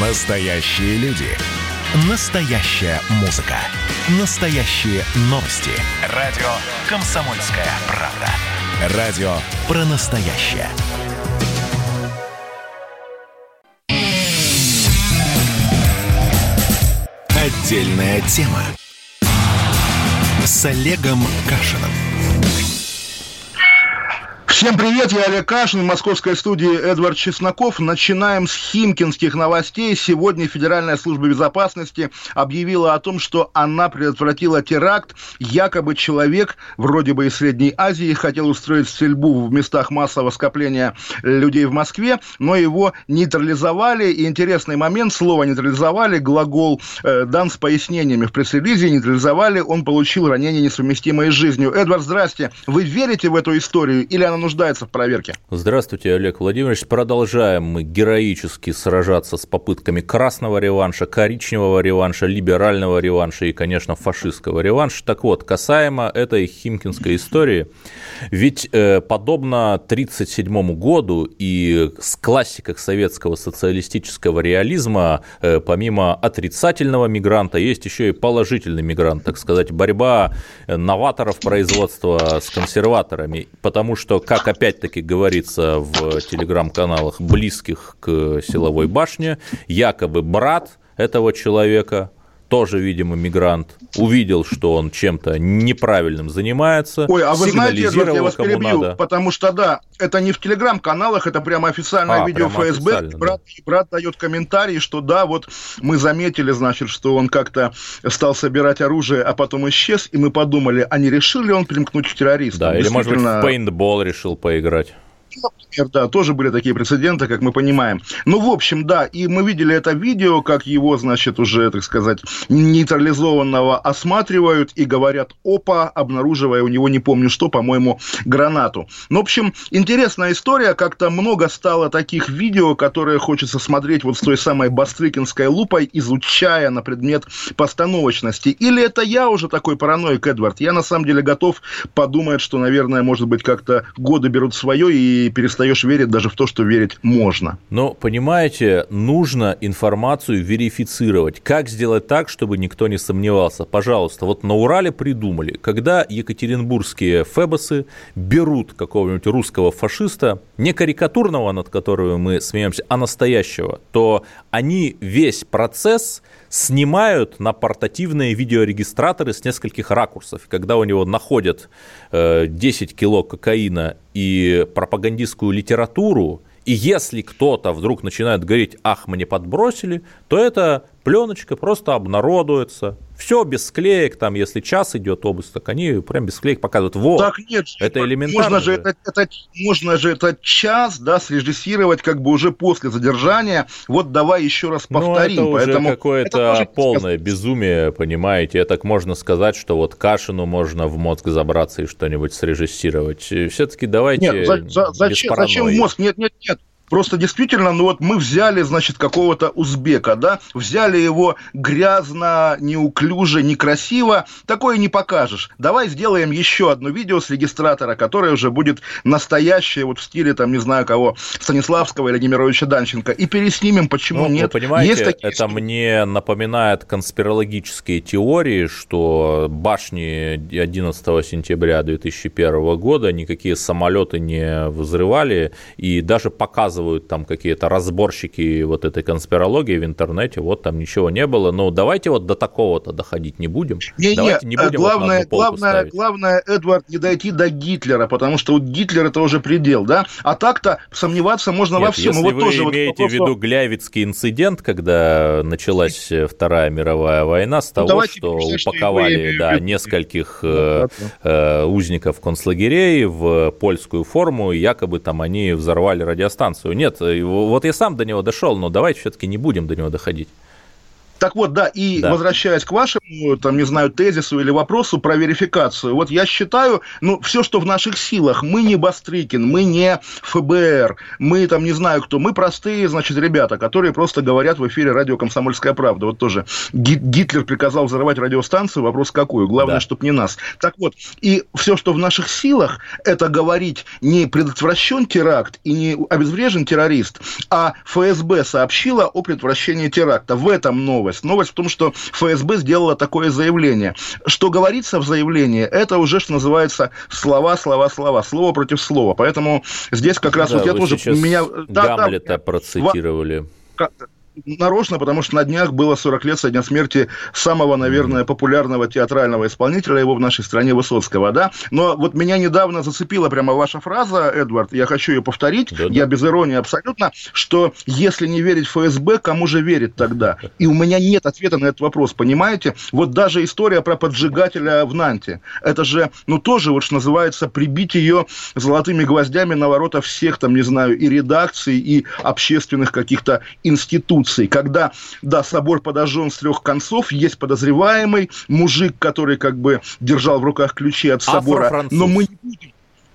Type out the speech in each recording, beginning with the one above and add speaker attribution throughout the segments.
Speaker 1: Настоящие люди. Настоящая музыка. Настоящие новости. Радио «Комсомольская правда». Радио про настоящее. Отдельная тема. С Олегом Кашиным.
Speaker 2: Всем привет, я Олег Кашин, в московской студии Эдвард Чесноков. Начинаем с химкинских новостей. Сегодня Федеральная служба безопасности объявила о том, что она предотвратила теракт. Якобы человек, вроде бы из Средней Азии, хотел устроить стрельбу в местах массового скопления людей в Москве, но его нейтрализовали. И интересный момент, слово «нейтрализовали», глагол дан с пояснениями в пресс-релизе. Нейтрализовали, он получил ранение, несовместимое с жизнью. Эдвард, здрасте. Вы верите в эту историю или она нуждается в проверке?
Speaker 3: Здравствуйте, Олег Владимирович. Продолжаем мы героически сражаться с попытками красного реванша, коричневого реванша, либерального реванша и, конечно, фашистского реванша. Так вот, касаемо этой химкинской истории, ведь подобно 1937 году и с классиках советского социалистического реализма, помимо отрицательного мигранта, есть еще и положительный мигрант, так сказать, борьба новаторов производства с консерваторами, потому что, как опять-таки говорится в телеграм-каналах близких к силовой башне, якобы брат этого человека, тоже, видимо, мигрант, увидел, что он чем-то неправильным занимается.
Speaker 2: Ой, а вы знаете, Эдвард, я вас перебью, потому что, да, это не в телеграм-каналах, это прямо официальное видео ФСБ. Брат дает комментарий, что да, вот мы заметили, значит, что он как-то стал собирать оружие, а потом исчез, и мы подумали, а не решил ли он примкнуть к террористам?
Speaker 3: Да, или, может быть, в пейнтбол решил поиграть.
Speaker 2: Например, да, тоже были такие прецеденты, как мы понимаем. Ну, в общем, да, и мы видели это видео, как его, значит, уже, так сказать, нейтрализованного осматривают и говорят, опа, обнаруживая у него, не помню что, по-моему, гранату. Ну, в общем, интересная история, как-то много стало таких видео, которые хочется смотреть вот с той самой бастрыкинской лупой, изучая на предмет постановочности. Или это я уже такой параноик, Эдвард? Я, на самом деле, готов подумать, что, наверное, может быть, как-то годы берут свое, и перестаешь верить даже в то, что верить можно.
Speaker 3: Но, понимаете, нужно информацию верифицировать. Как сделать так, чтобы никто не сомневался? Пожалуйста, вот на Урале придумали, когда екатеринбургские фэбосы берут какого-нибудь русского фашиста, не карикатурного, над которым мы смеемся, а настоящего, то они весь процесс снимают на портативные видеорегистраторы с нескольких ракурсов. Когда у него находят 10 кило кокаина и пропагандистскую литературу, и если кто-то вдруг начинает говорить, ах, мне подбросили, то эта пленочка просто обнародуется. Все без склеек, там, если час идет обыск, так они прям без склеек показывают. Вот,
Speaker 2: так нет,
Speaker 3: это элементарно.
Speaker 2: Можно же этот час, да, срежиссировать как бы уже после задержания. Вот давай еще раз повторим.
Speaker 3: Ну, это уже какое-то полное безумие, понимаете. Это можно сказать, что вот Кашину можно в мозг забраться и что-нибудь срежиссировать. Все-таки давайте без паранойи.
Speaker 2: Зачем в мозг? Нет. Просто действительно, ну вот мы взяли, значит, какого-то узбека, да, взяли его грязно, неуклюже, некрасиво, такое не покажешь. Давай сделаем еще одно видео с регистратора, которое уже будет настоящее, вот в стиле, там, не знаю кого, Станиславского или Немировича Данченко, и переснимем, почему нет.
Speaker 3: Вы понимаете, это мне напоминает конспирологические теории, что башни 11 сентября 2001 года никакие самолеты не взрывали, и даже показывают там какие-то разборщики вот этой конспирологии в интернете, вот там ничего не было, но давайте вот до такого-то доходить не будем. Давайте не будем
Speaker 2: главное, Эдвард, не дойти до Гитлера, потому что вот Гитлер это уже предел, да, а так-то сомневаться можно во всем.
Speaker 3: Если
Speaker 2: вот
Speaker 3: вы
Speaker 2: тоже
Speaker 3: имеете в виду Глявицкий инцидент, когда началась Вторая мировая война, с того, что упаковали нескольких узников концлагерей в польскую форму, и якобы там они взорвали радиостанцию. Нет, вот я сам до него дошел, но давайте все-таки не будем до него доходить.
Speaker 2: Так вот, да, и возвращаясь к вашему, там, не знаю, тезису или вопросу про верификацию, вот я считаю, все, что в наших силах, мы не Бастрыкин, мы не ФБР, мы там, не знаю кто, мы простые, значит, ребята, которые просто говорят в эфире радио «Комсомольская правда». Вот тоже Гитлер приказал взорвать радиостанцию, вопрос какую, главное, чтобы не нас. Так вот, и все, что в наших силах, это говорить не предотвращен теракт и не обезврежен террорист, а ФСБ сообщила о предотвращении теракта. В этом новость. Новость в том, что ФСБ сделала такое заявление. Что говорится в заявлении, это уже, что называется, слова, слово против слова. Поэтому здесь как раз вот я тоже...
Speaker 3: Гамлета процитировали.
Speaker 2: Нарочно, потому что на днях было 40 лет со дня смерти самого, наверное, популярного театрального исполнителя его в нашей стране, Высоцкого, да. Но вот меня недавно зацепила прямо ваша фраза, Эдвард, я хочу ее повторить, я без иронии абсолютно, что если не верить ФСБ, кому же верить тогда? И у меня нет ответа на этот вопрос, понимаете? Вот даже история про поджигателя в Нанте, это же, тоже, вот что называется, прибить ее золотыми гвоздями на ворота всех, там, не знаю, и редакций, и общественных каких-то институций. Когда, собор подожжен с 3 концов, есть подозреваемый, мужик, который как бы держал в руках ключи от собора, но мы не будем...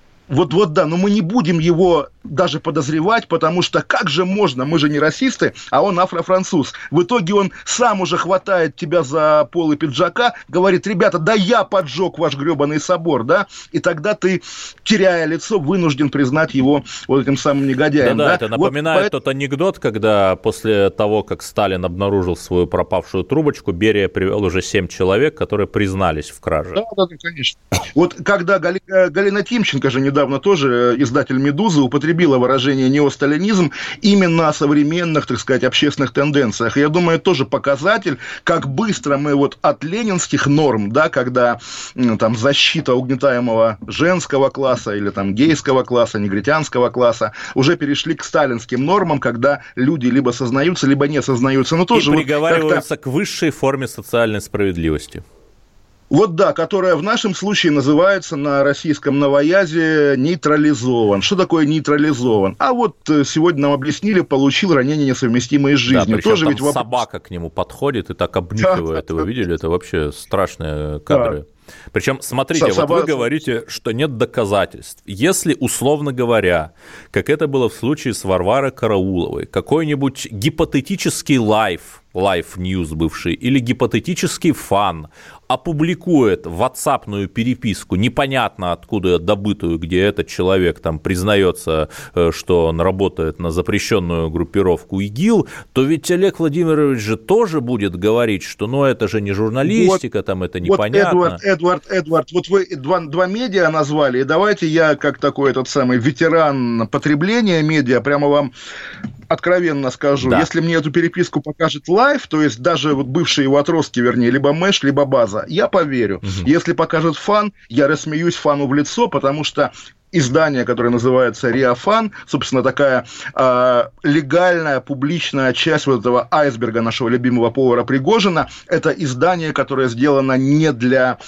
Speaker 2: но мы не будем его даже подозревать, потому что как же можно, мы же не расисты, а он афро-француз. В итоге он сам уже хватает тебя за полы пиджака, говорит: ребята, да я поджег ваш гребаный собор, да? И тогда ты, теряя лицо, вынужден признать его вот этим самым негодяем.
Speaker 3: Да, это напоминает тот анекдот, когда после того, как Сталин обнаружил свою пропавшую трубочку, Берия привел уже 7 человек, которые признались в краже.
Speaker 2: Да, конечно. Вот когда Галина Тимченко же недавно тоже, издатель «Медузы», употребила выражение «неосталинизм» именно о современных, так сказать, общественных тенденциях. Я думаю, это тоже показатель, как быстро мы вот от ленинских норм, да, когда там защита угнетаемого женского класса или там гейского класса, негритянского класса, уже перешли к сталинским нормам, когда люди либо сознаются, либо не сознаются. Но тоже
Speaker 3: и приговариваются к высшей форме социальной справедливости.
Speaker 2: Вот да, которая в нашем случае называется на российском новоязе нейтрализован. Что такое нейтрализован? А вот сегодня нам объяснили, получил ранение, несовместимое с жизнью.
Speaker 3: Да, причем тоже там ведь собака к нему подходит и так обнюхивает. Вы видели? Это вообще страшные кадры. Причем, смотрите, вот вы говорите, что нет доказательств. Если, условно говоря, как это было в случае с Варварой Карауловой, какой-нибудь гипотетический Life News бывший, или гипотетический фан опубликует ватсапную переписку, непонятно откуда добытую, где этот человек там признается, что он работает на запрещенную группировку ИГИЛ, то ведь Олег Владимирович же тоже будет говорить, что это же не журналистика, там это непонятно.
Speaker 2: Эдвард, вот вы два медиа назвали, и давайте я, как такой этот самый ветеран потребления медиа, прямо вам откровенно скажу, если мне эту переписку покажет Life, то есть даже вот бывшие его отростки, вернее, либо Мэш, либо База, я поверю. Если покажет Фан, я рассмеюсь Фану в лицо, потому что издание, которое называется «Риафан», собственно, такая легальная, публичная часть вот этого айсберга нашего любимого повара Пригожина, это издание, которое сделано не для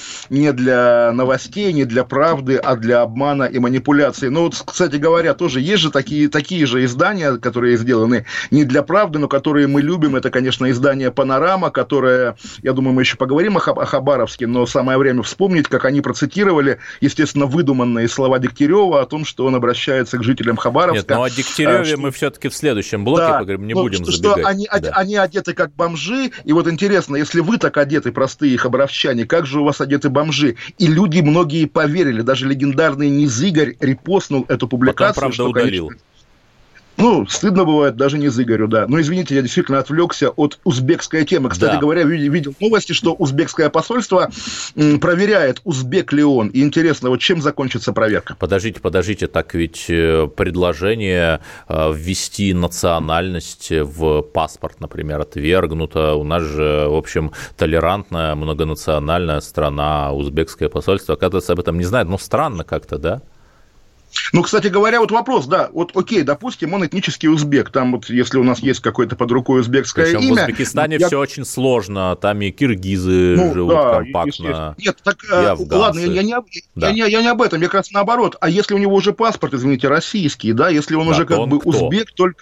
Speaker 2: новостей, не для правды, а для обмана и манипуляции. Но вот, кстати говоря, тоже есть же такие же издания, которые сделаны не для правды, но которые мы любим. Это, конечно, издание «Панорама», которое, я думаю, мы еще поговорим о Хабаровске, но самое время вспомнить, как они процитировали, естественно, выдуманные слова Дегтярева о том, что он обращается к жителям Хабаровска.
Speaker 3: Нет, о Дегтяреве мы все-таки в следующем блоке поговорим, не будем забегать.
Speaker 2: Что они одеты как бомжи, и вот интересно, если вы так одеты, простые хабаровчане, как же у вас одеты бомжи? И люди многие поверили, даже легендарный Низыгорь репостнул эту публикацию.
Speaker 3: Потом, правда, удалил.
Speaker 2: Конечно, стыдно бывает даже не Зыгорю, да. Но, извините, я действительно отвлекся от узбекской темы. Кстати говоря, видел новости, что узбекское посольство проверяет, узбек ли он. И интересно, вот чем закончится проверка?
Speaker 3: Подождите, так ведь предложение ввести национальность в паспорт, например, отвергнуто. У нас же, в общем, толерантная, многонациональная страна, узбекское посольство, оказывается, об этом не знает. Странно как-то, да?
Speaker 2: Кстати говоря, вот вопрос, да, вот окей, допустим, он этнический узбек, там вот, если у нас есть какое-то под рукой узбекское имя...
Speaker 3: Причем в Узбекистане все очень сложно, там и киргизы живут компактно,
Speaker 2: Нет, так, ладно, я не об этом, я как раз наоборот, а если у него уже паспорт, извините, российский, да, если он уже как бы узбек,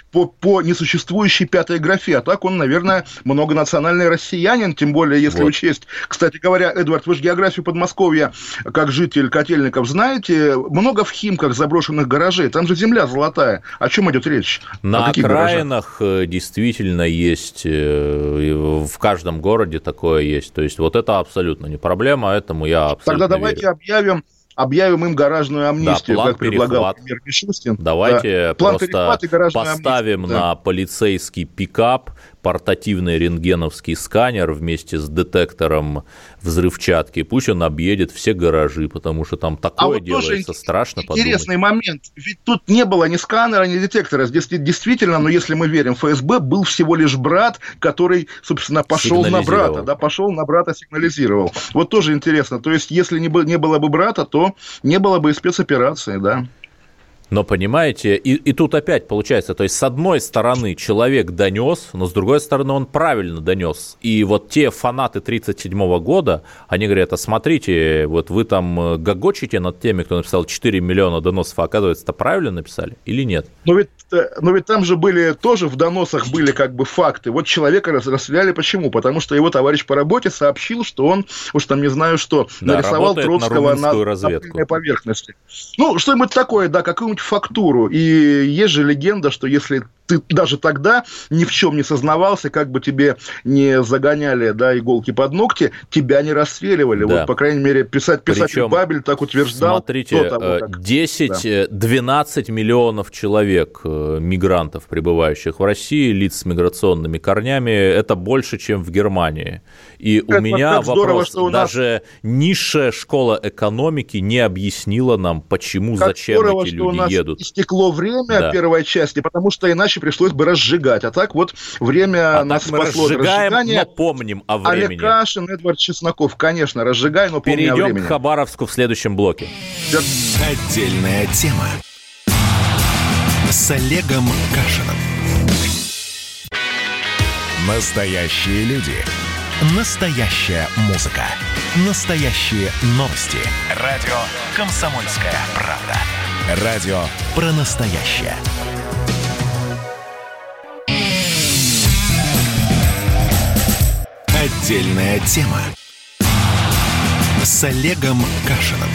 Speaker 2: по несуществующей пятой графе. А так он, наверное, многонациональный россиянин, тем более, если учесть... Кстати говоря, Эдвард, вы же географию Подмосковья, как житель Котельников, знаете, много в Химках заброшенных гаражей. Там же земля золотая. О чем идет речь?
Speaker 3: На окраинах действительно есть, в каждом городе такое есть. То есть вот это абсолютно не проблема, этому я абсолютно
Speaker 2: Тогда давайте объявим им гаражную амнистию,
Speaker 3: да,
Speaker 2: как предлагал премьер Мишустин.
Speaker 3: Давайте просто поставим на полицейский пикап портативный рентгеновский сканер вместе с детектором взрывчатки. Пусть он объедет все гаражи, потому что там такое делается, страшно подумать.
Speaker 2: Интересный момент. Ведь тут не было ни сканера, ни детектора. Здесь действительно, но если мы верим ФСБ, был всего лишь брат, который, собственно, пошел на брата, сигнализировал. Вот тоже интересно. То есть, если не было бы брата, то не было бы и спецоперации, да.
Speaker 3: Но, понимаете, и тут опять получается, то есть, с одной стороны, человек донес, но с другой стороны, он правильно донес. И вот те фанаты 1937 года, они говорят, а смотрите, вот вы там гогочите над теми, кто написал 4 миллиона доносов, а оказывается, это правильно написали или нет?
Speaker 2: Но ведь там же были, тоже в доносах были как бы факты. Вот человека расстреляли почему? Потому что его товарищ по работе сообщил, что он, уж там не знаю что, нарисовал Троцкого на пыльной поверхности. Ну, что-нибудь такое, да, какую-нибудь фактуру. И есть же легенда, что если ты даже тогда ни в чем не сознавался, как бы тебе не загоняли, да, иголки под ногти, тебя не расстреливали. Да. Вот, по крайней мере, писатель Бабель так утверждал.
Speaker 3: Смотрите, 10-12 миллионов человек, мигрантов, прибывающих в России, лиц с миграционными корнями, это больше, чем в Германии. И у меня вопрос, даже низшая школа экономики не объяснила нам, почему, зачем эти люди едут.
Speaker 2: Истекло время первой части, потому что иначе пришлось бы разжигать. А так вот время нас спасло от разжигания.
Speaker 3: Но помним о времени.
Speaker 2: Олег Кашин, Эдвард Чесноков. Конечно, разжигай, но помни о времени.
Speaker 3: Перейдем к Хабаровску в следующем блоке.
Speaker 1: Отдельная тема с Олегом Кашиным. Настоящие люди. Настоящая музыка. Настоящие новости. Радио «Комсомольская правда». Радио про настоящее. Отдельная тема с Олегом Кашиным.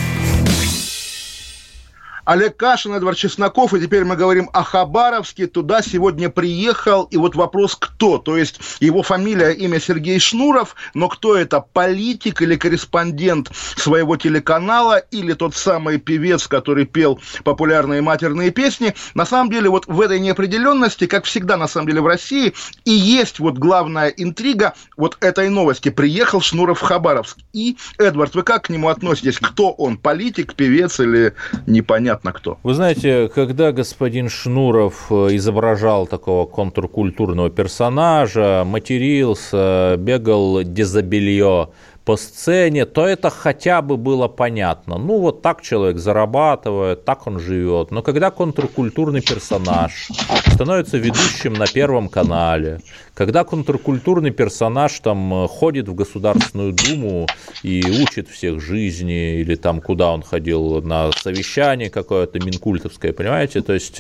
Speaker 2: Олег Кашин, Эдвард Чесноков, и теперь мы говорим о Хабаровске. Туда сегодня приехал, и вот вопрос, кто? То есть его фамилия, имя Сергей Шнуров, но кто это, политик или корреспондент своего телеканала, или тот самый певец, который пел популярные матерные песни? На самом деле, вот в этой неопределенности, как всегда, на самом деле, в России, и есть вот главная интрига вот этой новости. Приехал Шнуров в Хабаровск. И, Эдвард, вы как к нему относитесь? Кто он, политик, певец или непонятно? Кто.
Speaker 3: Вы знаете, когда господин Шнуров изображал такого контркультурного персонажа, матерился, бегал дезобелье по сцене, то это хотя бы было понятно. Ну, вот так человек зарабатывает, так он живет. Но когда контркультурный персонаж становится ведущим на Первом канале, когда контркультурный персонаж там ходит в Государственную Думу и учит всех жизни, или там куда он ходил на совещание какое-то минкультовское, понимаете? То есть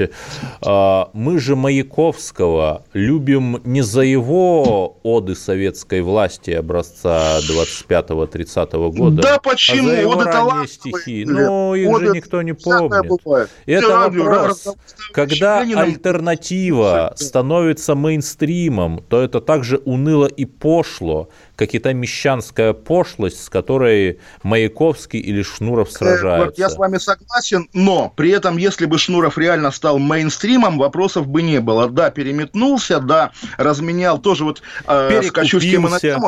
Speaker 3: мы же Маяковского любим не за его оды советской власти образца 25-30 года,
Speaker 2: да почему?
Speaker 3: А за его ранние стихи. Ну, их же никто не помнит. Это вопрос. Когда альтернатива становится мейнстримом, то это также уныло и пошло, как и та мещанская пошлость, с которой Маяковский или Шнуров сражаются.
Speaker 2: Я с вами согласен, но при этом, если бы Шнуров реально стал мейнстримом, вопросов бы не было. Да, переметнулся, да, разменял, тоже вот скачу с темы на тему.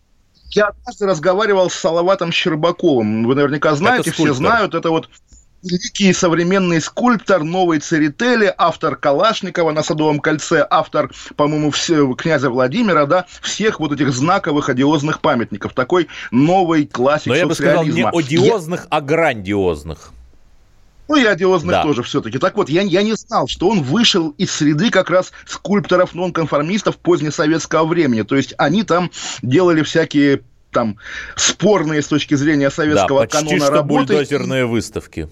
Speaker 2: Я однажды разговаривал с Салаватом Щербаковым. Вы наверняка знаете, все знают, это вот великий современный скульптор новой Церетели, автор Калашникова на Садовом кольце, автор, по-моему, князя Владимира, да, всех вот этих знаковых одиозных памятников. Такой новый классик социализма.
Speaker 3: Но я бы сказал, не одиозных, а грандиозных.
Speaker 2: Ну и одиозных тоже все-таки. Так вот, я не знал, что он вышел из среды как раз скульпторов-нонконформистов позднесоветского времени. То есть они там делали всякие там спорные с точки зрения советского канона работы.
Speaker 3: Почти что бульдозерные выставки.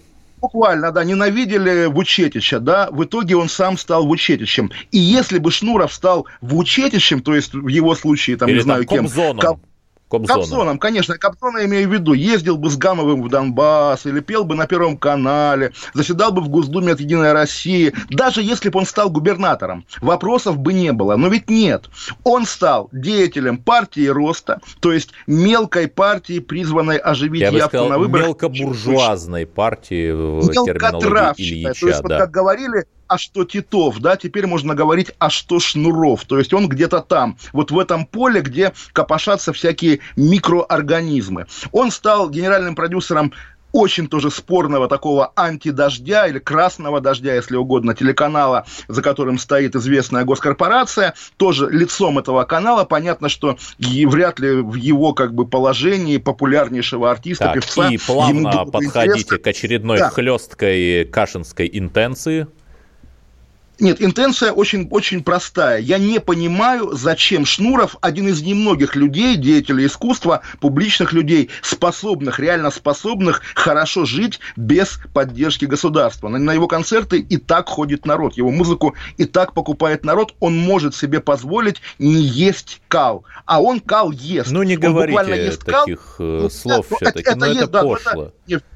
Speaker 2: буквально, да, ненавидели Вучетича, да, в итоге он сам стал Вучетичем. И если бы Шнуров стал Вучетичем, то есть в его случае, там,
Speaker 3: или
Speaker 2: не знаю кем... Кобзоном, конечно, Кобзона имею в виду. Ездил бы с Гамовым в Донбасс, или пел бы на Первом канале, заседал бы в Госдуме от «Единой России». Даже если бы он стал губернатором, вопросов бы не было. Но ведь нет. Он стал деятелем партии роста, то есть мелкой партии, призванной оживить явку на выборах.
Speaker 3: Мелкобуржуазной партии в терминологии Ильича.
Speaker 2: То есть, вот как говорили... А что Титов, да, теперь можно говорить, а что Шнуров. То есть он где-то там, вот в этом поле, где копошатся всякие микроорганизмы. Он стал генеральным продюсером очень тоже спорного такого антидождя или красного дождя, если угодно, телеканала, за которым стоит известная госкорпорация, тоже лицом этого канала. Понятно, что вряд ли в его как бы положении популярнейшего артиста,
Speaker 3: так,
Speaker 2: певца...
Speaker 3: И плавно подходите к очередной хлесткой кашинской интенции.
Speaker 2: Нет, интенция очень, очень простая. Я не понимаю, зачем Шнуров, один из немногих людей, деятелей искусства, публичных людей, способных, реально способных хорошо жить без поддержки государства. На его концерты и так ходит народ, его музыку и так покупает народ, он может себе позволить не есть кал. А он кал ест.
Speaker 3: Ну, не говорите таких слов все-таки, это пошло.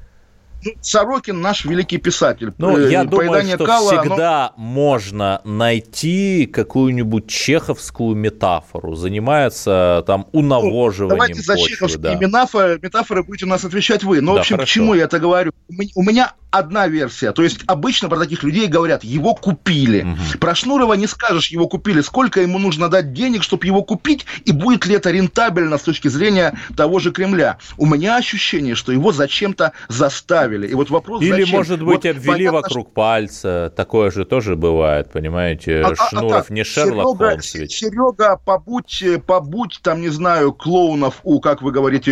Speaker 2: Сорокин наш великий писатель.
Speaker 3: Ну, я думаю, что всегда можно найти какую-нибудь чеховскую метафору. Занимается там унавоживанием
Speaker 2: давайте за
Speaker 3: почвы.
Speaker 2: Чеховские метафоры будете у нас отвечать вы. Но, в общем,
Speaker 3: хорошо.
Speaker 2: К чему я это говорю? У меня одна версия. То есть обычно про таких людей говорят, его купили. Угу. Про Шнурова не скажешь, его купили. Сколько ему нужно дать денег, чтобы его купить? И будет ли это рентабельно с точки зрения того же Кремля? У меня ощущение, что его зачем-то заставили. И вот вопрос,
Speaker 3: или,
Speaker 2: зачем?
Speaker 3: может быть, обвели вокруг пальца. Такое же тоже бывает, понимаете? Шнуров не Шерлок Холмс ведь.
Speaker 2: Серега, побудь там, не знаю, клоунов как вы говорите,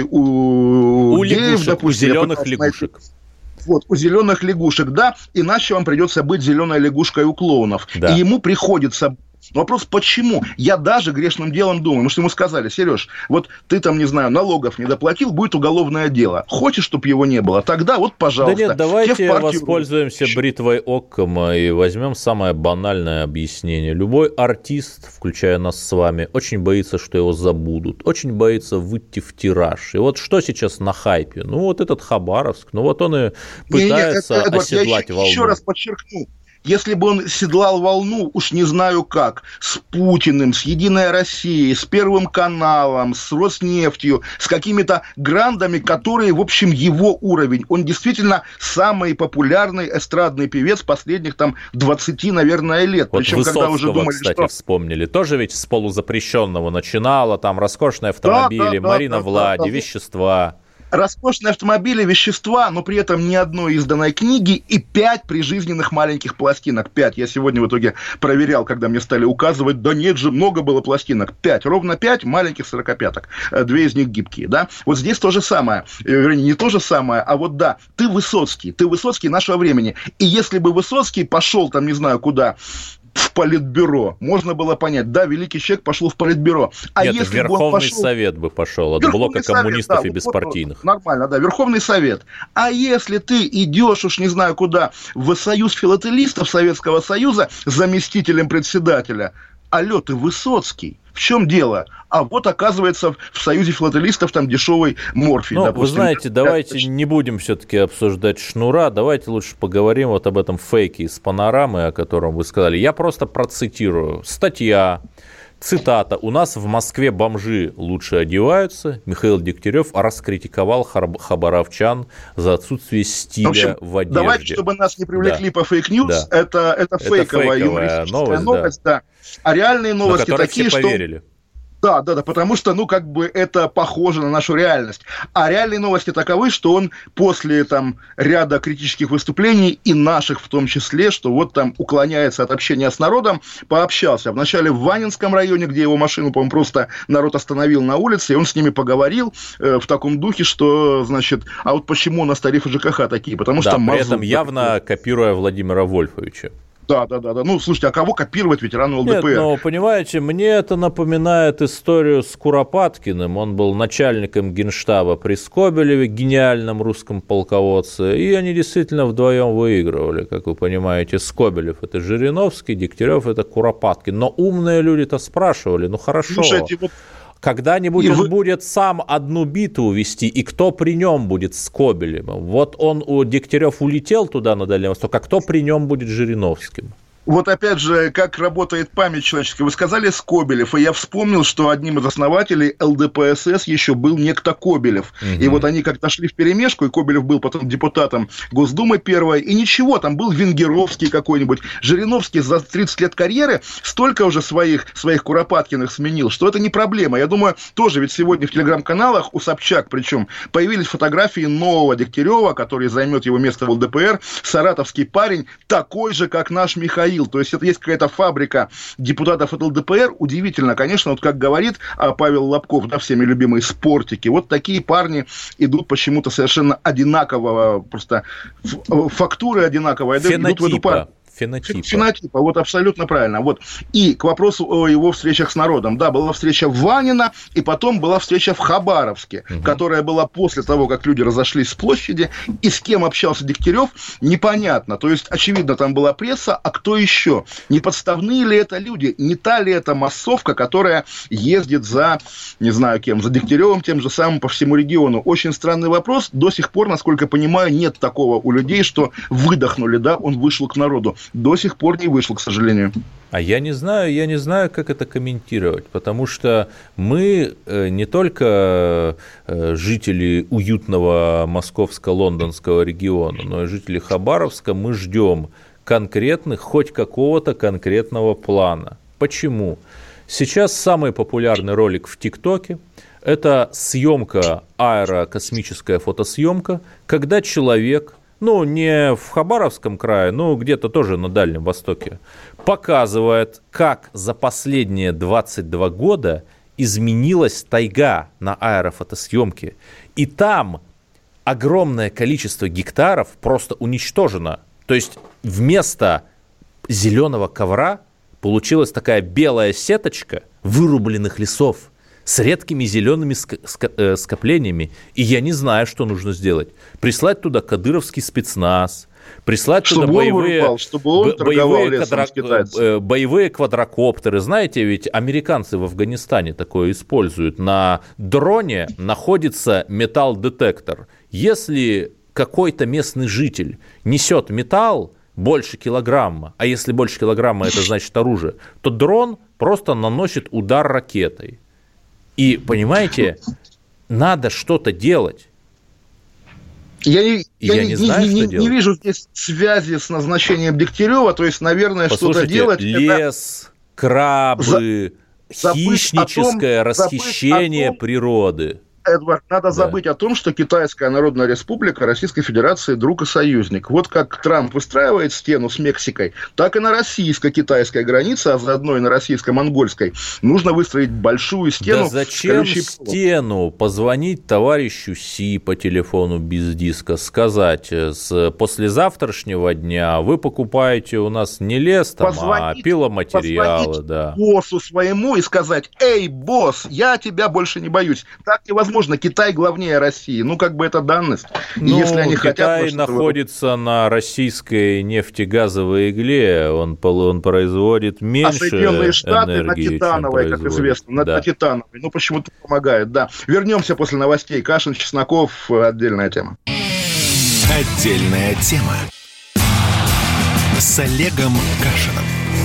Speaker 2: у
Speaker 3: лягушек, допустим, у зеленых лягушек.
Speaker 2: Вот, у зеленых лягушек, да, иначе вам придется быть зеленой лягушкой у клоунов. Да. И ему приходится... Вопрос, почему? Я даже грешным делом думаю, потому что ему сказали, Сереж, вот ты там, не знаю, налогов не доплатил, будет уголовное дело. Хочешь, чтобы его не было? Тогда вот, пожалуйста.
Speaker 3: Да нет, давайте воспользуемся бритвой Оккама и возьмем самое банальное объяснение. Любой артист, включая нас с вами, очень боится, что его забудут, очень боится выйти в тираж. И вот что сейчас на хайпе? Ну, вот этот Хабаровск, ну, вот он и пытается оседлать волну.
Speaker 2: Еще раз подчеркну. Если бы он седлал волну, уж не знаю как, с Путиным, с «Единой Россией», с Первым каналом, с Роснефтью, с какими-то грандами, которые, в общем, его уровень. Он действительно самый популярный эстрадный певец последних там 20, наверное, лет.
Speaker 3: Вот причем, когда уже думали, кстати, что... вспомнили. Тоже ведь с полузапрещенного начинала, там роскошные автомобили, Марина Влади, вещества...
Speaker 2: Роскошные автомобили, вещества, но при этом ни одной изданной книги и 5 прижизненных маленьких пластинок. 5. Я сегодня в итоге проверял, когда мне стали указывать, да нет же, много было пластинок. 5. Ровно 5 маленьких 45-ок. 2 из них гибкие, да. Вот здесь то же самое. Вернее, не то же самое, а вот да, ты Высоцкий нашего времени. И если бы Высоцкий пошел там, не знаю куда, в Политбюро. Можно было понять, да, великий человек пошел в Политбюро. А
Speaker 3: нет,
Speaker 2: если
Speaker 3: Верховный
Speaker 2: бы он пошел...
Speaker 3: Совет бы пошел от блока коммунистов и беспартийных.
Speaker 2: Нормально, да, Верховный Совет. А если ты идешь уж не знаю куда, в Союз филателистов Советского Союза заместителем председателя, алло, ты Высоцкий. В чем дело? А вот, оказывается, в Союзе филателистов там дешевый морфий.
Speaker 3: Ну,
Speaker 2: допустим.
Speaker 3: Вы знаете, давайте не будем все-таки обсуждать Шнура, давайте лучше поговорим вот об этом фейке из «Панорамы», о котором вы сказали. Я просто процитирую. Статья, цитата. «У нас в Москве бомжи лучше одеваются». Михаил Дегтярев раскритиковал хабаровчан за отсутствие стиля в одежде.
Speaker 2: Давайте, чтобы нас не привлекли по фейк-ньюс, это фейковая юмористическая новость, да. А реальные новости такие, что...
Speaker 3: поверили.
Speaker 2: Да, потому что, как бы это похоже на нашу реальность. А реальные новости таковы, что он после там ряда критических выступлений, и наших в том числе, что вот там уклоняется от общения с народом, пообщался. Вначале в Ванинском районе, где его машину, по-моему, просто народ остановил на улице, и он с ними поговорил в таком духе, что, значит, а вот почему у нас тарифы ЖКХ такие? Потому что
Speaker 3: при этом явно копируя Владимира Вольфовича.
Speaker 2: Да. Ну, слушайте, а кого копировать ветерану ЛДПР?
Speaker 3: Нет, но, понимаете, мне это напоминает историю с Куропаткиным. Он был начальником генштаба при Скобелеве, гениальном русском полководце, и они действительно вдвоем выигрывали, как вы понимаете. Скобелев – это Жириновский, Дегтярев – это Куропаткин. Но умные люди-то спрашивали, ну хорошо. Слушайте, вот... Когда-нибудь он будет сам одну битву вести, и кто при нем будет Скобелевым? Вот Дегтярев улетел туда на Дальний Восток, а кто при нем будет Жириновским?
Speaker 2: Вот опять же, как работает память человеческая. Вы сказали Скобелев, и я вспомнил, что одним из основателей ЛДПСС еще был некто Кобелев. Угу. И вот они как-то шли вперемешку, и Кобелев был потом депутатом Госдумы первой, и ничего, там был Венгеровский какой-нибудь. Жириновский за 30 лет карьеры столько уже своих Куропаткиных сменил, что это не проблема. Я думаю, тоже ведь сегодня в телеграм-каналах у Собчак, причем, появились фотографии нового Дегтярева, который займет его место в ЛДПР, саратовский парень, такой же, как наш Михаил. То есть это есть какая-то фабрика депутатов от ЛДПР. Удивительно, конечно, вот как говорит Павел Лобков, да, всеми любимые спортики, вот такие парни идут почему-то совершенно одинакового, просто фактуры одинаковые. Идут в эту партию. Фенотипа, вот абсолютно правильно. Вот. И к вопросу о его встречах с народом. Да, была встреча в Ванино, и потом была встреча в Хабаровске, которая была после того, как люди разошлись с площади, и с кем общался Дегтярев, непонятно. То есть, очевидно, там была пресса, а кто еще? Не подставные ли это люди? Не та ли это массовка, которая ездит за, не знаю кем, за Дегтяревым, тем же самым по всему региону? Очень странный вопрос. До сих пор, насколько понимаю, нет такого у людей, что выдохнули, да, он вышел к народу. До сих пор не вышел, к сожалению.
Speaker 3: А я не знаю, как это комментировать, потому что мы не только жители уютного московско-лондонского региона, но и жители Хабаровска, мы ждем хоть какого-то конкретного плана. Почему? Сейчас самый популярный ролик в ТикТоке – это съемка, аэрокосмическая фотосъемка, когда человек... не в Хабаровском крае, но где-то тоже на Дальнем Востоке, показывает, как за последние 22 года изменилась тайга на аэрофотосъемке. И там огромное количество гектаров просто уничтожено. То есть вместо зеленого ковра получилась такая белая сеточка вырубленных лесов с редкими зелеными скоплениями. И я не знаю, что нужно сделать. Прислать туда кадыровский спецназ, прислать туда боевые квадрокоптеры. Знаете, ведь американцы в Афганистане такое используют. На дроне находится металл-детектор. Если какой-то местный житель несет металл больше килограмма, а если больше килограмма, это значит оружие, то дрон просто наносит удар ракетой. И, понимаете, надо что-то делать.
Speaker 2: Я не вижу здесь связи с назначением Дегтярева, то есть, наверное, что-то делать.
Speaker 3: Лес, крабы, хищническое расхищение природы.
Speaker 2: Эдвард, надо забыть о том, что Китайская Народная Республика Российской Федерации друг и союзник. Вот как Трамп выстраивает стену с Мексикой, так и на российско-китайской границе, а заодно и на российско-монгольской, нужно выстроить большую стену.
Speaker 3: Да зачем стену? Позвонить товарищу Си по телефону без диска, сказать, с послезавтрашнего дня вы покупаете у нас не лес, там, а пиломатериалы. Да.
Speaker 2: Боссу своему и сказать: эй, босс, я тебя больше не боюсь. Так невозможно. Китай главнее России. Ну, как бы это данность.
Speaker 3: Если они Китай находится на российской нефтегазовой игле, он производит меньше энергии,
Speaker 2: Соединенные Штаты на титановой, как известно. На титановой. Ну, почему-то помогает, да. Вернемся после новостей. Кашин, Чесноков. Отдельная тема.
Speaker 1: Отдельная тема. С Олегом Кашиным.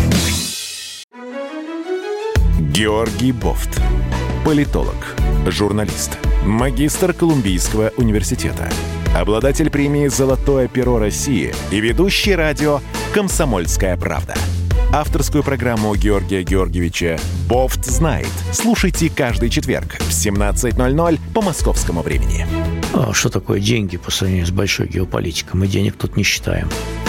Speaker 1: Георгий Бофт. Политолог, журналист, магистр Колумбийского университета, обладатель премии «Золотое перо России» и ведущий радио «Комсомольская правда». Авторскую программу Георгия Георгиевича «Бофт знает». Слушайте каждый четверг в 17:00 по московскому времени.
Speaker 4: Что такое деньги по сравнению с большой геополитикой? Мы денег тут не считаем.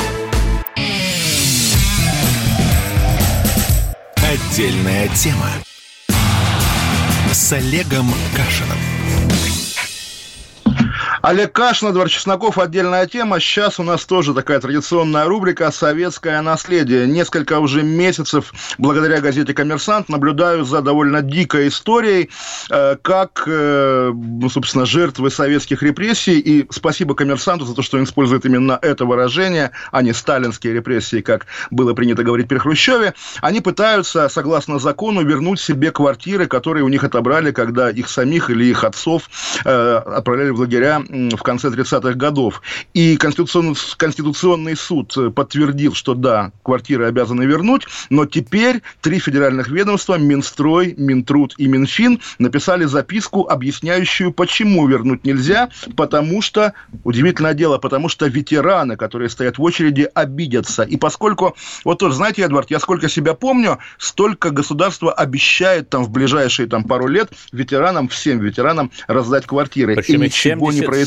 Speaker 1: Отдельная тема. С Олегом Кашиным.
Speaker 2: Олег Кашин, Эдвард Чесноков, отдельная тема. Сейчас у нас тоже такая традиционная рубрика «Советское наследие». Несколько уже месяцев, благодаря газете «Коммерсант», наблюдаю за довольно дикой историей, как, собственно, жертвы советских репрессий, и спасибо «Коммерсанту» за то, что он использует именно это выражение, а не сталинские репрессии, как было принято говорить при Хрущеве, они пытаются, согласно закону, вернуть себе квартиры, которые у них отобрали, когда их самих или их отцов отправляли в лагеря в конце 30-х годов. И Конституционный суд подтвердил, что да, квартиры обязаны вернуть, но теперь 3 федеральных ведомства, Минстрой, Минтруд и Минфин, написали записку, объясняющую, почему вернуть нельзя, потому что, удивительное дело, потому что ветераны, которые стоят в очереди, обидятся. И поскольку, вот тоже, знаете, Эдвард, я сколько себя помню, столько государство обещает там в ближайшие там пару лет ветеранам, всем ветеранам раздать квартиры.
Speaker 3: Причем
Speaker 2: и ничего не происходит.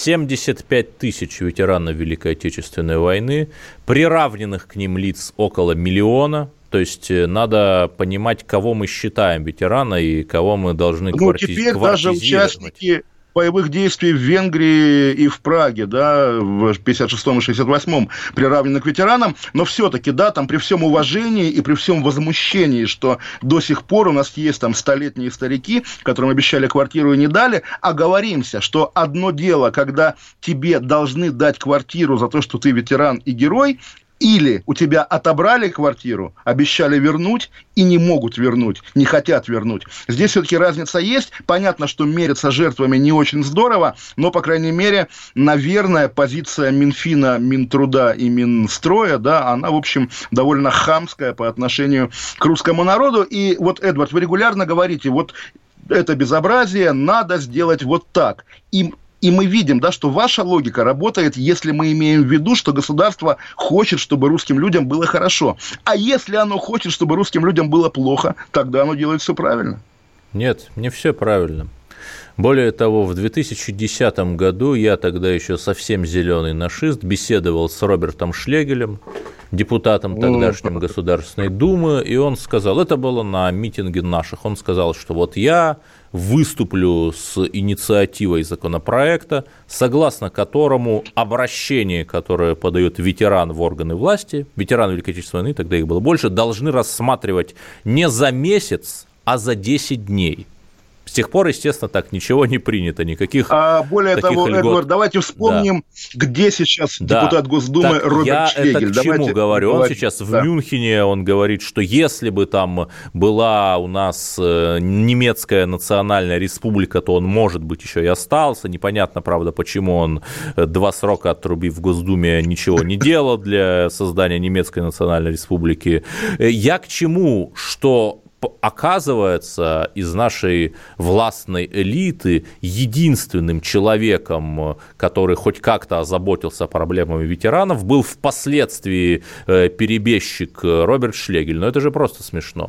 Speaker 3: 75 тысяч ветеранов Великой Отечественной войны, приравненных к ним лиц около 1 миллиона. То есть надо понимать, кого мы считаем ветерана и кого мы должны квартизировать.
Speaker 2: Теперь даже участники боевых действий в Венгрии и в Праге, да, в 56-м и 68-м приравнены к ветеранам, но все-таки, да, там при всем уважении и при всем возмущении, что до сих пор у нас есть там 100-летние старики, которым обещали квартиру и не дали, оговоримся, что одно дело, когда тебе должны дать квартиру за то, что ты ветеран и герой, или у тебя отобрали квартиру, обещали вернуть и не могут вернуть, не хотят вернуть. Здесь все-таки разница есть. Понятно, что мериться жертвами не очень здорово, но, по крайней мере, наверное, позиция Минфина, Минтруда и Минстроя, да, она, в общем, довольно хамская по отношению к русскому народу. И вот, Эдвард, вы регулярно говорите, вот это безобразие надо сделать вот так. И мы видим, да, что ваша логика работает, если мы имеем в виду, что государство хочет, чтобы русским людям было хорошо. А если оно хочет, чтобы русским людям было плохо, тогда оно делает все правильно.
Speaker 3: Нет, не все правильно. Более того, в 2010 году я тогда еще совсем зеленый нашист беседовал с Робертом Шлегелем, депутатом тогдашней Государственной Думы, и он сказал, это было на митинге наших, он сказал, что вот я выступлю с инициативой законопроекта, согласно которому обращение, которое подает ветеран в органы власти, ветераны Великой Отечественной войны, тогда их было больше, должны рассматривать не за месяц, а за 10 дней. С тех пор, естественно, так ничего не принято, никаких
Speaker 2: более
Speaker 3: таких
Speaker 2: того,
Speaker 3: льгот.
Speaker 2: Эдвард, давайте вспомним, где сейчас депутат Госдумы
Speaker 3: так
Speaker 2: Роберт Шлегель.
Speaker 3: Я это к чему говорю? Он сейчас в Мюнхене, он говорит, что если бы там была у нас немецкая национальная республика, то он, может быть, еще и остался. Непонятно, правда, почему он 2 срока отрубив в Госдуме ничего не делал для создания немецкой национальной республики. Я к чему, что оказывается, из нашей властной элиты единственным человеком, который хоть как-то озаботился проблемами ветеранов, был впоследствии перебежчик Роберт Шлегель. Но это же просто смешно.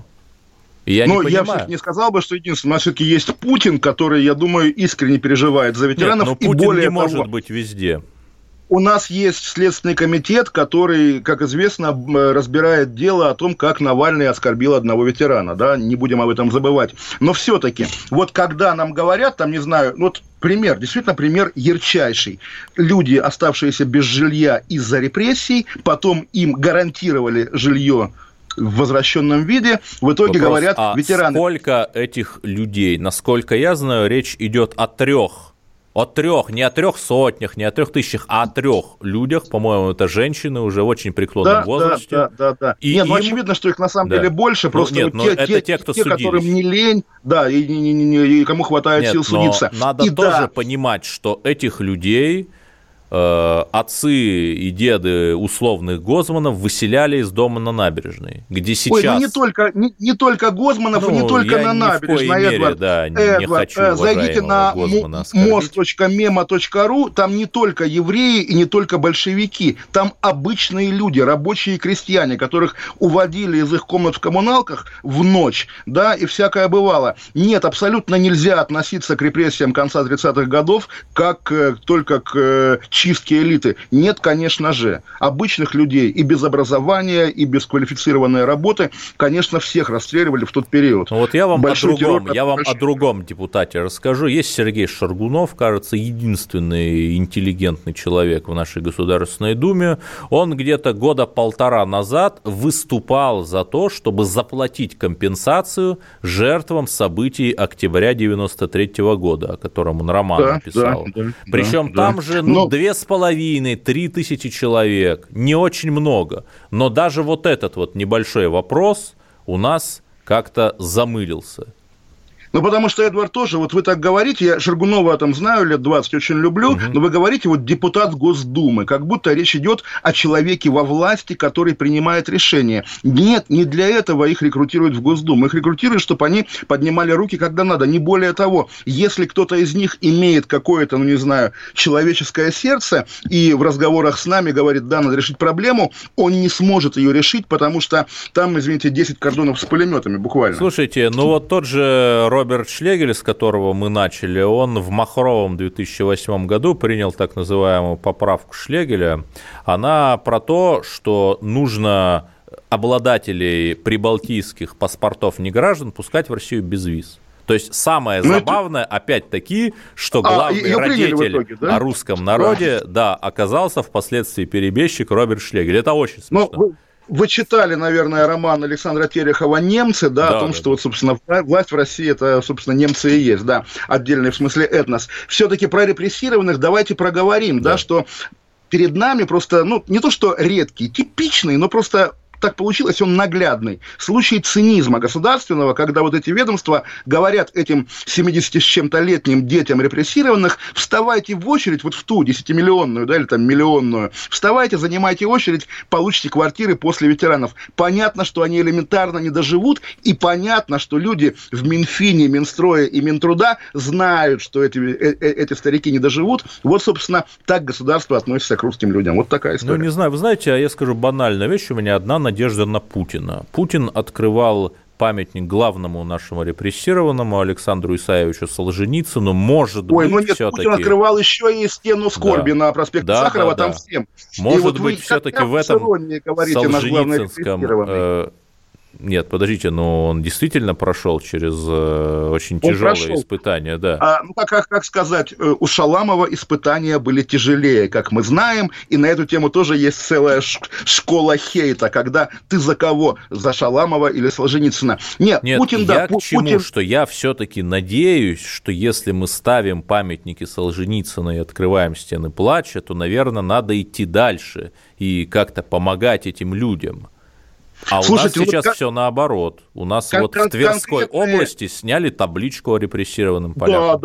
Speaker 3: Я
Speaker 2: все-таки не сказал бы, что единственное, у нас все-таки есть Путин, который, я думаю, искренне переживает за ветеранов.
Speaker 3: Нет, но Путин не может быть везде.
Speaker 2: У нас есть Следственный комитет, который, как известно, разбирает дело о том, как Навальный оскорбил одного ветерана, да, не будем об этом забывать. Но все-таки, вот когда нам говорят, там, не знаю, вот пример, действительно пример ярчайший. Люди, оставшиеся без жилья из-за репрессий, потом им гарантировали жилье в возвращенном виде, в итоге говорят ветераны.
Speaker 3: Сколько этих людей? Насколько я знаю, речь идет о 3. Не о 300, не о 3000, а о 3 людях, по-моему, это женщины уже в очень преклонном возрасте.
Speaker 2: Да. Нет, очевидно, что их на самом деле больше, просто те, которым не лень, да, и кому хватает сил судиться.
Speaker 3: Надо тоже понимать, что этих людей отцы и деды условных Гозманов выселяли из дома на набережной, где сейчас...
Speaker 2: Ой, не только Гозманов и не только на набережной, Эдвард.
Speaker 3: Не хочу
Speaker 2: зайдите на most.memo.ru, там не только евреи и не только большевики, там обычные люди, рабочие и крестьяне, которых уводили из их комнат в коммуналках в ночь, да, и всякое бывало. Нет, абсолютно нельзя относиться к репрессиям конца 30-х годов как только к чистки элиты? Нет, конечно же. Обычных людей и без образования, и без квалифицированной работы, конечно, всех расстреливали в тот период.
Speaker 3: Ну вот я вам о другом депутате расскажу. Есть Сергей Шаргунов, кажется, единственный интеллигентный человек в нашей Государственной Думе. Он где-то года полтора назад выступал за то, чтобы заплатить компенсацию жертвам событий октября 93 года, о котором он роман написал. Причем там же 2,5-3 тысячи человек, не очень много. Но даже вот этот вот небольшой вопрос у нас как-то замылился.
Speaker 2: Ну, потому что, Эдвард, тоже, вот вы так говорите, я Шаргунова там знаю, лет 20 очень люблю, но вы говорите, вот депутат Госдумы, как будто речь идет о человеке во власти, который принимает решения. Нет, не для этого их рекрутируют в Госдуму. Их рекрутируют, чтобы они поднимали руки, когда надо. Не более того, если кто-то из них имеет какое-то, ну, не знаю, человеческое сердце, и в разговорах с нами говорит, да, надо решить проблему, он не сможет ее решить, потому что там, извините, 10 кордонов с пулеметами буквально.
Speaker 3: Слушайте, ну вот тот же Роберт Шлегель, с которого мы начали, он в махровом 2008 году принял так называемую поправку Шлегеля. Она про то, что нужно обладателей прибалтийских паспортов неграждан пускать в Россию без виз. То есть самое забавное, опять-таки, что главный родитель о русском народе, оказался впоследствии перебежчик Роберт Шлегель. Это очень смешно.
Speaker 2: Вы читали, наверное, роман Александра Терехова «Немцы», о том, что, вот, собственно, власть в России – это, собственно, немцы и есть, отдельный в смысле этнос. Все-таки про репрессированных давайте проговорим, что перед нами просто, не то что редкий, типичный, но просто так получилось, он наглядный. Случай цинизма государственного, когда вот эти ведомства говорят этим 70 с чем-то летним детям репрессированных: вставайте в очередь, вот в ту 10-миллионную, или там миллионную, вставайте, занимайте очередь, получите квартиры после ветеранов. Понятно, что они элементарно не доживут, и понятно, что люди в Минфине, Минстрое и Минтруда знают, что эти старики не доживут. Вот, собственно, так государство относится к русским людям. Вот такая история.
Speaker 3: Не знаю, вы знаете, я скажу банальную вещь, у меня одна надежда на Путина. Путин открывал памятник главному нашему репрессированному Александру Исаевичу Солженицыну, может быть, все-таки...
Speaker 2: Путин открывал еще и стену скорби на проспекте Сахарова, там всем.
Speaker 3: Может быть, все-таки в этом Солженицынском... Нет, подождите, но он действительно прошел через очень тяжелые испытания,
Speaker 2: как сказать, у Шаламова испытания были тяжелее, как мы знаем, и на эту тему тоже есть целая школа хейта, когда ты за кого, за Шаламова или Солженицына. Нет, Путин,
Speaker 3: я к чему, что я все-таки надеюсь, что если мы ставим памятники Солженицына и открываем стены плача, то, наверное, надо идти дальше и как-то помогать этим людям. А слушайте, у нас сейчас все наоборот. У нас вот в Тверской области сняли табличку о репрессированном полякам.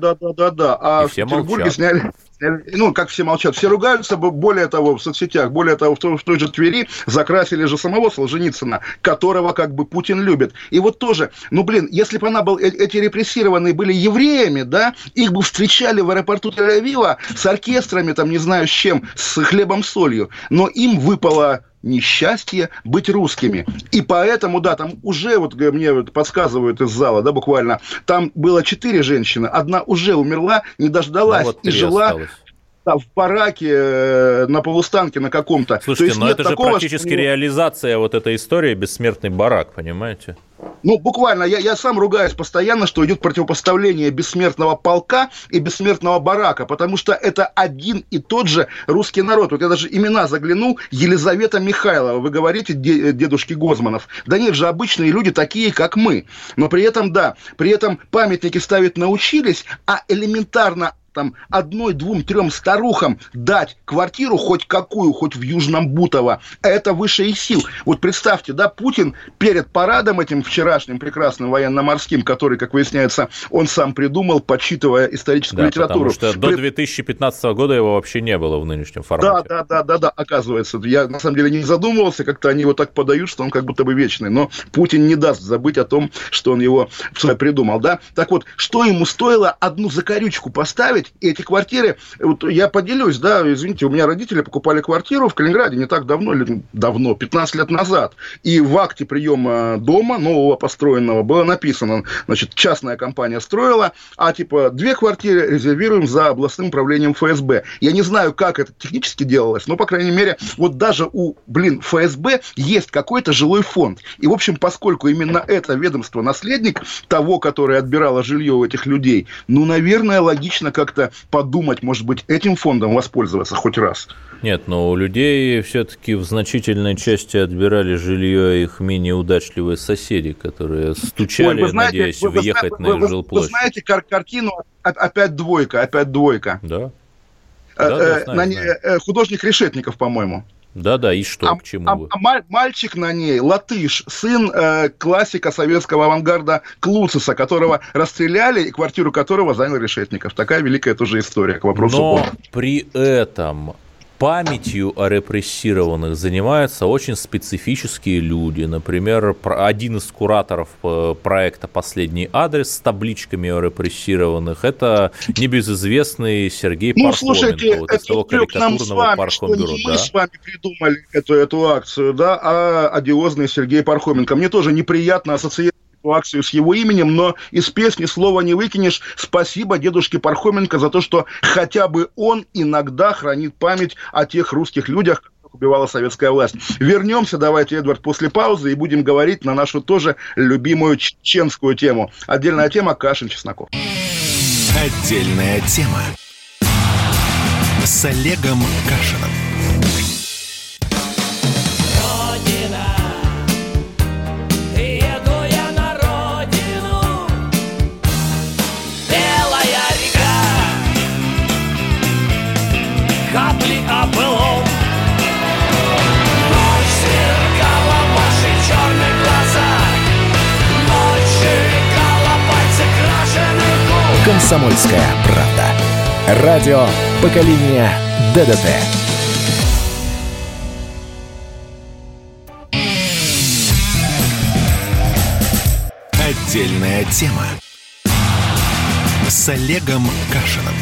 Speaker 2: Да. А в Петербурге сняли, как все молчат, все ругаются, более того, в соцсетях, более того, в той же Твери закрасили же самого Солженицына, которого как бы Путин любит. И вот тоже, если бы эти репрессированные были евреями, их бы встречали в аэропорту Тель-Авива с оркестрами, там, не знаю с чем, с хлебом-солью, но им выпало несчастье быть русскими. И поэтому, там уже, мне подсказывают из зала, буквально, там было 4 женщины, одна уже умерла, не дождалась и жила... Осталось. В бараке, на полустанке на каком-то.
Speaker 3: Слушайте, но это же практически реализация вот этой истории «Бессмертный барак», понимаете?
Speaker 2: Буквально, я сам ругаюсь постоянно, что идет противопоставление бессмертного полка и бессмертного барака, потому что это один и тот же русский народ. Вот я даже имена заглянул: Елизавета Михайлова. Вы говорите, дедушки Гозманов. Да нет же, обычные люди такие, как мы. Но при этом, памятники ставить научились, а элементарно там 1, 2, 3 старухам дать квартиру хоть какую, хоть в Южном Бутово, это выше их сил. Вот представьте, Путин перед парадом этим вчерашним прекрасным военно-морским, который, как выясняется, он сам придумал, подсчитывая историческую литературу.
Speaker 3: Потому что до 2015 года его вообще не было в нынешнем формате.
Speaker 2: Да, оказывается. Я, на самом деле, не задумывался, как-то они его так подают, что он как будто бы вечный. Но Путин не даст забыть о том, что он его придумал, Так вот, что ему стоило одну закорючку поставить, смотреть. И эти квартиры, вот я поделюсь, да, извините, у меня родители покупали квартиру в Калининграде не так давно, 15 лет назад. И в акте приема дома, нового построенного, было написано, значит, частная компания строила, а типа 2 квартиры резервируем за областным управлением ФСБ. Я не знаю, как это технически делалось, но, по крайней мере, вот даже у, ФСБ есть какой-то жилой фонд. И, в общем, поскольку именно это ведомство наследник того, которое отбирало жилье у этих людей, ну, наверное, логично как-то подумать, может быть, этим фондом воспользоваться хоть раз.
Speaker 3: Нет, но у людей все-таки в значительной части отбирали жилье их менее удачливые соседи, которые стучали, надеясь въехать на их жилплощадь.
Speaker 2: Вы знаете картину «Опять двойка»,
Speaker 3: Да.
Speaker 2: На ней художник Решетников, по-моему.
Speaker 3: Да, и что, к чему вы?
Speaker 2: Мальчик на ней, латыш, сын классика советского авангарда Клуцеса, которого расстреляли, и квартиру которого занял Решетников. Такая великая тоже история, к вопросу.
Speaker 3: Но при этом памятью о репрессированных занимаются очень специфические люди. Например, один из кураторов проекта «Последний адрес» с табличками о репрессированных – это небезызвестный Сергей Пархоменко.
Speaker 2: Слушайте,
Speaker 3: вот из того карикатурного Пархомбюро.
Speaker 2: Не мы с вами придумали эту акцию, да, а одиозный Сергей Пархоменко. Мне тоже неприятно ассоциировать акцию с его именем, но из песни слова не выкинешь. Спасибо дедушке Пархоменко за то, что хотя бы он иногда хранит память о тех русских людях, которых убивала советская власть. Вернемся, давайте, Эдвард, после паузы и будем говорить на нашу тоже любимую чеченскую тему. Отдельная тема – Кашин-Чесноков.
Speaker 1: Отдельная тема с Олегом Кашиным.
Speaker 5: Капли о былом. Ночь сверкала ваши черные глаза. Ночь сверкала пальцы крашеных губ.
Speaker 1: Комсомольская правда. Радио поколения ДДТ. Отдельная тема с Олегом Кашиным.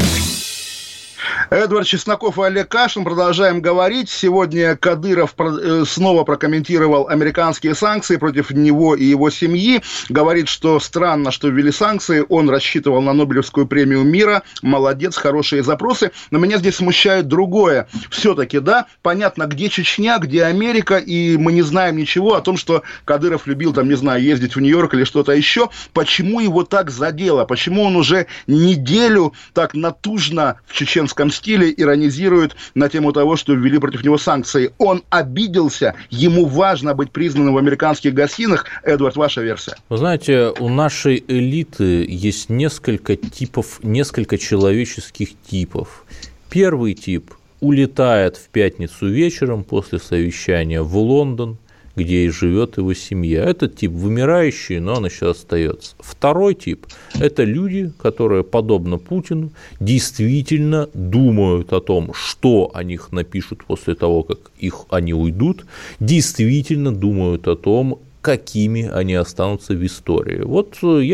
Speaker 2: Эдвард Чесноков и Олег Кашин. Продолжаем говорить. Сегодня Кадыров снова прокомментировал американские санкции против него и его семьи. Говорит, что странно, что ввели санкции. Он рассчитывал на Нобелевскую премию мира. Молодец, хорошие запросы. Но меня здесь смущает другое. Все-таки, да, понятно, где Чечня, где Америка, и мы не знаем ничего о том, что Кадыров любил, там, не знаю, ездить в Нью-Йорк или что-то еще. Почему его так задело? Почему он уже неделю так натужно в чеченском стиле иронизирует на тему того, что ввели против него санкции? Он обиделся, ему важно быть признанным в американских гостинах. Эдвард, ваша версия?
Speaker 3: Вы знаете, у нашей элиты есть несколько типов, несколько человеческих типов. Первый тип улетает в пятницу вечером после совещания в Лондон, где и живет его семья. Этот тип вымирающий, но он еще остается. Второй тип – это люди, которые, подобно Путину, действительно думают о том, что о них напишут после того, как они уйдут, действительно думают о том, какими они останутся в истории. Вот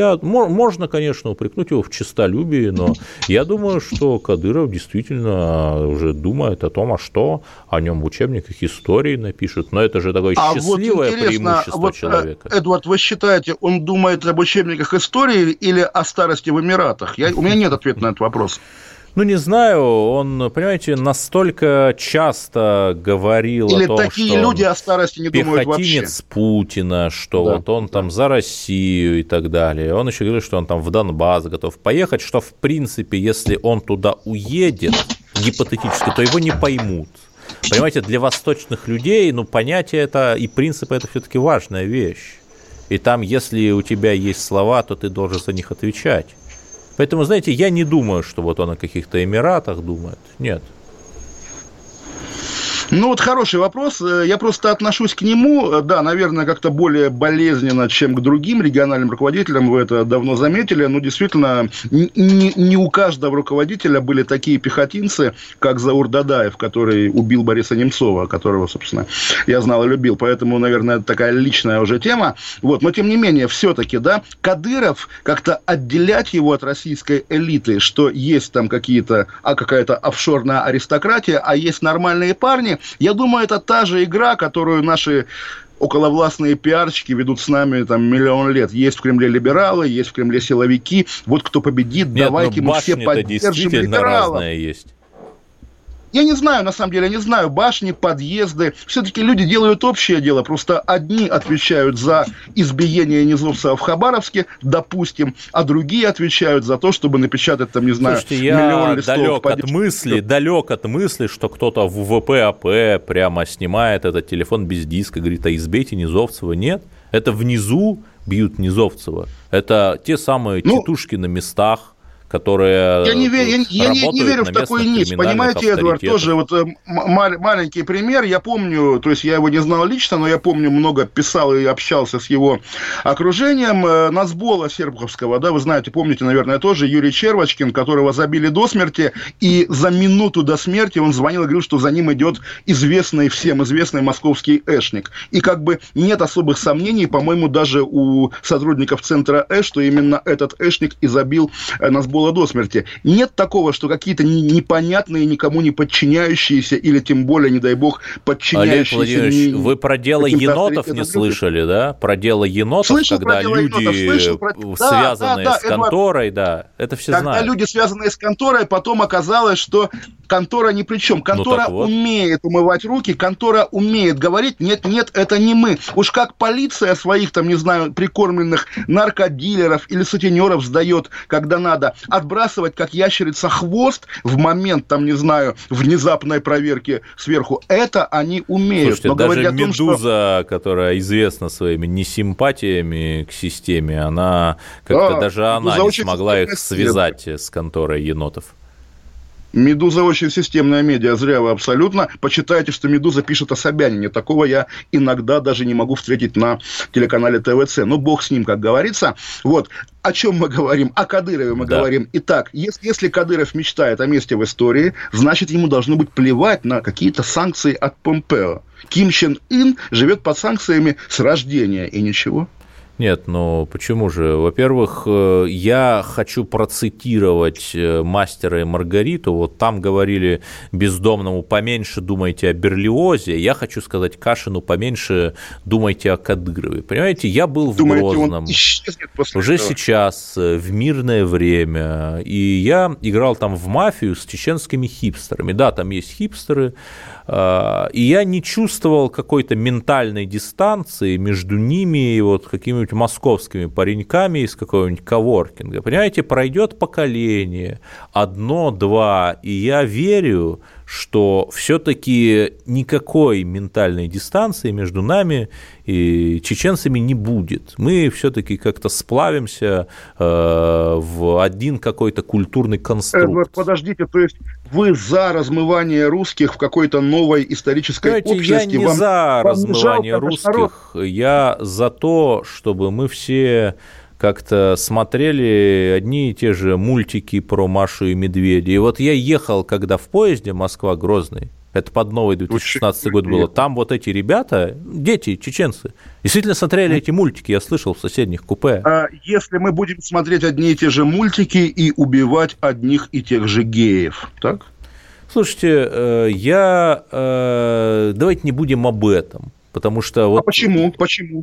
Speaker 3: можно, конечно, упрекнуть его в честолюбии, но я думаю, что Кадыров действительно уже думает о том, а что о нем в учебниках истории напишут. Но это же такое счастливое преимущество человека.
Speaker 2: Эдвард, вы считаете, он думает об учебниках истории или о старости в Эмиратах? У меня нет ответа на этот вопрос.
Speaker 3: Ну, не знаю, он, понимаете, настолько часто говорил
Speaker 2: или
Speaker 3: о том,
Speaker 2: такие
Speaker 3: что
Speaker 2: люди о старости не думают вообще.
Speaker 3: Пехотинец Путина, что вот он там за Россию и так далее. Он еще говорил, что он там в Донбасс готов поехать, что, в принципе, если он туда уедет, гипотетически, то его не поймут. Понимаете, для восточных людей, понятие это и принципы – это все-таки важная вещь. И там, если у тебя есть слова, то ты должен за них отвечать. Поэтому, знаете, я не думаю, что вот он о каких-то Эмиратах думает. Нет.
Speaker 2: Ну, вот хороший вопрос. Я просто отношусь к нему, да, наверное, как-то более болезненно, чем к другим региональным руководителям. Вы это давно заметили. Но действительно, не у каждого руководителя были такие пехотинцы, как Заур Дадаев, который убил Бориса Немцова, которого, собственно, я знал и любил. Поэтому, наверное, это такая личная уже тема. Вот. Но, тем не менее, все-таки, да, Кадыров, как-то отделять его от российской элиты, что есть там какая-то офшорная аристократия, а есть нормальные парни, я думаю, это та же игра, которую наши околовластные пиарщики ведут с нами там миллион лет. Есть в Кремле либералы, есть в Кремле силовики. Вот кто победит,
Speaker 3: нет,
Speaker 2: давайте мы все поддержим либералов.
Speaker 3: Разные есть.
Speaker 2: Я не знаю, на самом деле, я не знаю, башни, подъезды. Все-таки люди делают общее дело. Просто одни отвечают за избиение низовцев в Хабаровске, допустим, а другие отвечают за то, чтобы напечатать, там, не знаю,
Speaker 3: слушайте,
Speaker 2: миллион листов.
Speaker 3: Далек от мысли, что кто-то в ВПАП прямо снимает этот телефон без диска, говорит, а избейте Низовцева. Нет, это внизу бьют Низовцева. Это те самые тетушки на местах, которые
Speaker 2: я не верю в такую нить. Понимаете, Эдвард, тоже вот маленький пример. Я помню, то есть я его не знал лично, но я помню, много писал и общался с его окружением. Нацбола Серпуховского, да, вы знаете, помните, наверное, тоже Юрий Червочкин, которого забили до смерти, и за минуту до смерти он звонил и говорил, что за ним идет всем известный московский эшник. И как бы нет особых сомнений, по-моему, даже у сотрудников центра Эш, что именно этот эшник и забил Нацбола до смерти. Нет такого, что какие-то непонятные, никому не подчиняющиеся, или тем более, не дай бог, подчиняющиеся...
Speaker 3: Олег Владимирович, вы про дело енотов не слышали, да? Про дело енотов,
Speaker 2: слышал,
Speaker 3: когда люди, связанные с конторой, да, это все знают.
Speaker 2: Когда люди, связанные с конторой, потом оказалось, что контора ни при чем. Контора умеет умывать руки, контора умеет говорить, нет, это не мы. Уж как полиция своих, там, не знаю, прикормленных наркодилеров или сутенеров сдает, когда надо, отбрасывать, как ящерица, хвост в момент, там, не знаю, внезапной проверки сверху, это они умеют.
Speaker 3: Слушайте, но даже Медуза, которая известна своими несимпатиями к системе, она как-то даже она не смогла их связать с конторой енотов.
Speaker 2: «Медуза» очень системная медиа, зря вы абсолютно. Почитайте, что «Медуза» пишет о Собянине. Такого я иногда даже не могу встретить на телеканале ТВЦ. Ну, бог с ним, как говорится. Вот. О чем мы говорим? О Кадырове мы говорим. Итак, если Кадыров мечтает о месте в истории, значит, ему должно быть плевать на какие-то санкции от Помпео. Ким Чен Ын живет под санкциями с рождения, и ничего.
Speaker 3: Нет, ну почему же? Во-первых, я хочу процитировать «Мастера и Маргариту». Вот там говорили бездомному: поменьше думайте о Берлиозе. Я хочу сказать Кашину: поменьше думайте о Кадырове. Понимаете, я был в Грозном уже сейчас, в мирное время, и я играл там в мафию с чеченскими хипстерами. Да, там есть хипстеры, и я не чувствовал какой-то ментальной дистанции между ними и вот какими-нибудь московскими пареньками из какого-нибудь коворкинга. Понимаете, пройдет поколение, 1-2, и я верю, что все-таки никакой ментальной дистанции между нами и чеченцами не будет. Мы все-таки как-то сплавимся в один какой-то культурный конструкт.
Speaker 2: Подождите, то есть вы за размывание русских в какой-то новой исторической общности?
Speaker 3: Я не за размывание русских, я за то, чтобы мы все как-то смотрели одни и те же мультики про Машу и Медведя. И вот я ехал, когда в поезде Москва-Грозный, это под новый 2016 год было, там вот эти ребята, дети, чеченцы, действительно смотрели эти мультики, я слышал в соседних купе.
Speaker 2: А если мы будем смотреть одни и те же мультики и убивать одних и тех же геев, так?
Speaker 3: Слушайте, давайте не будем об этом, потому что... Вот...
Speaker 2: А почему?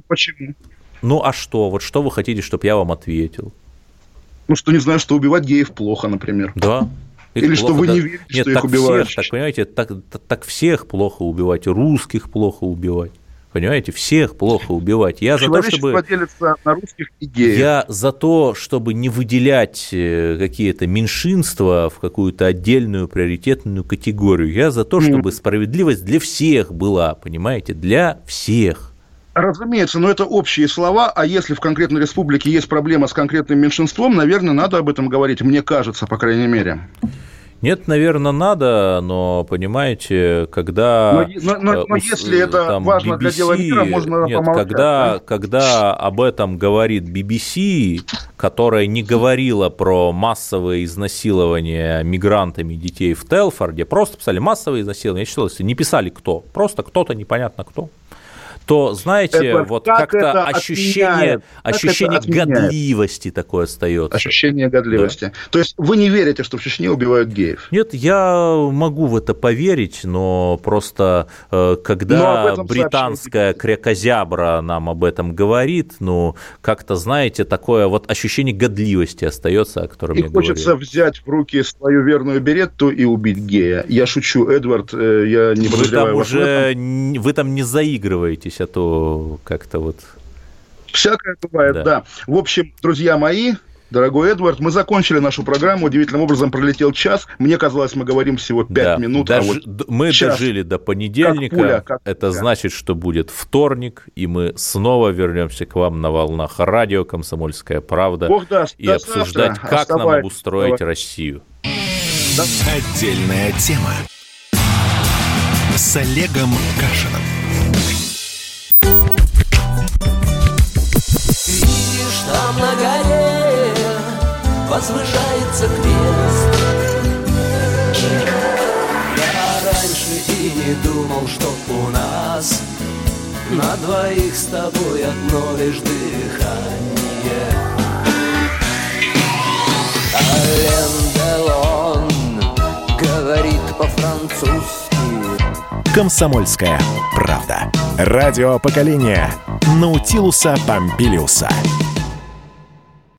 Speaker 3: Ну, а что? Вот что вы хотите, чтобы я вам ответил?
Speaker 2: Ну, что не знаю, что убивать геев плохо, например.
Speaker 3: Да.
Speaker 2: Или что вы не верите, что их убивают.
Speaker 3: Всех, так, понимаете, так всех плохо убивать, русских плохо убивать. Понимаете, всех плохо убивать. Я за то, чтобы...
Speaker 2: делится на русских и геев.
Speaker 3: Я за то, чтобы не выделять какие-то меньшинства в какую-то отдельную приоритетную категорию. Я за то, чтобы справедливость для всех была, понимаете, для всех.
Speaker 2: Разумеется, но это общие слова, а если в конкретной республике есть проблема с конкретным меньшинством, наверное, надо об этом говорить, мне кажется, по крайней мере.
Speaker 3: Нет, наверное, надо, но, понимаете, когда...
Speaker 2: Но если это
Speaker 3: там,
Speaker 2: важно
Speaker 3: BBC,
Speaker 2: для дела мира, можно помолчать.
Speaker 3: Когда об этом говорит BBC, которая не говорила про массовые изнасилования мигрантами детей в Телфорде, просто писали массовые изнасилования, я читал, если не писали кто, просто кто-то непонятно кто, то, знаете, вот как-то ощущение годливости такое остается.
Speaker 2: Ощущение годливости. Да. То есть вы не верите, что в Чечне убивают геев?
Speaker 3: Нет, я могу в это поверить, но просто когда британская крякозябра нам об этом говорит, ну, как-то, знаете, такое вот ощущение годливости остается, о котором я говорил.
Speaker 2: И хочется взять в руки свою верную беретту и убить гея. Я шучу, Эдвард, я не подозреваю вас в этом.
Speaker 3: Вы там не заигрываетесь, а то как-то вот...
Speaker 2: Всякое бывает, да. В общем, друзья мои, дорогой Эдвард, мы закончили нашу программу. Удивительным образом пролетел час. Мне казалось, мы говорим всего 5 минут.
Speaker 3: Мы дожили до понедельника. Это значит, что будет вторник, и мы снова вернемся к вам на волнах радио «Комсомольская правда» и обсуждать, как нам обустроить Россию.
Speaker 1: Отдельная тема с Олегом Кашиным.
Speaker 5: Видишь, там на горе возвышается крест. Я раньше и не думал, что у нас на двоих с тобой одно лишь дыхание. Ален Делон говорит по-французски.
Speaker 1: «Комсомольская правда». Радио поколения Наутилуса Помпилиуса.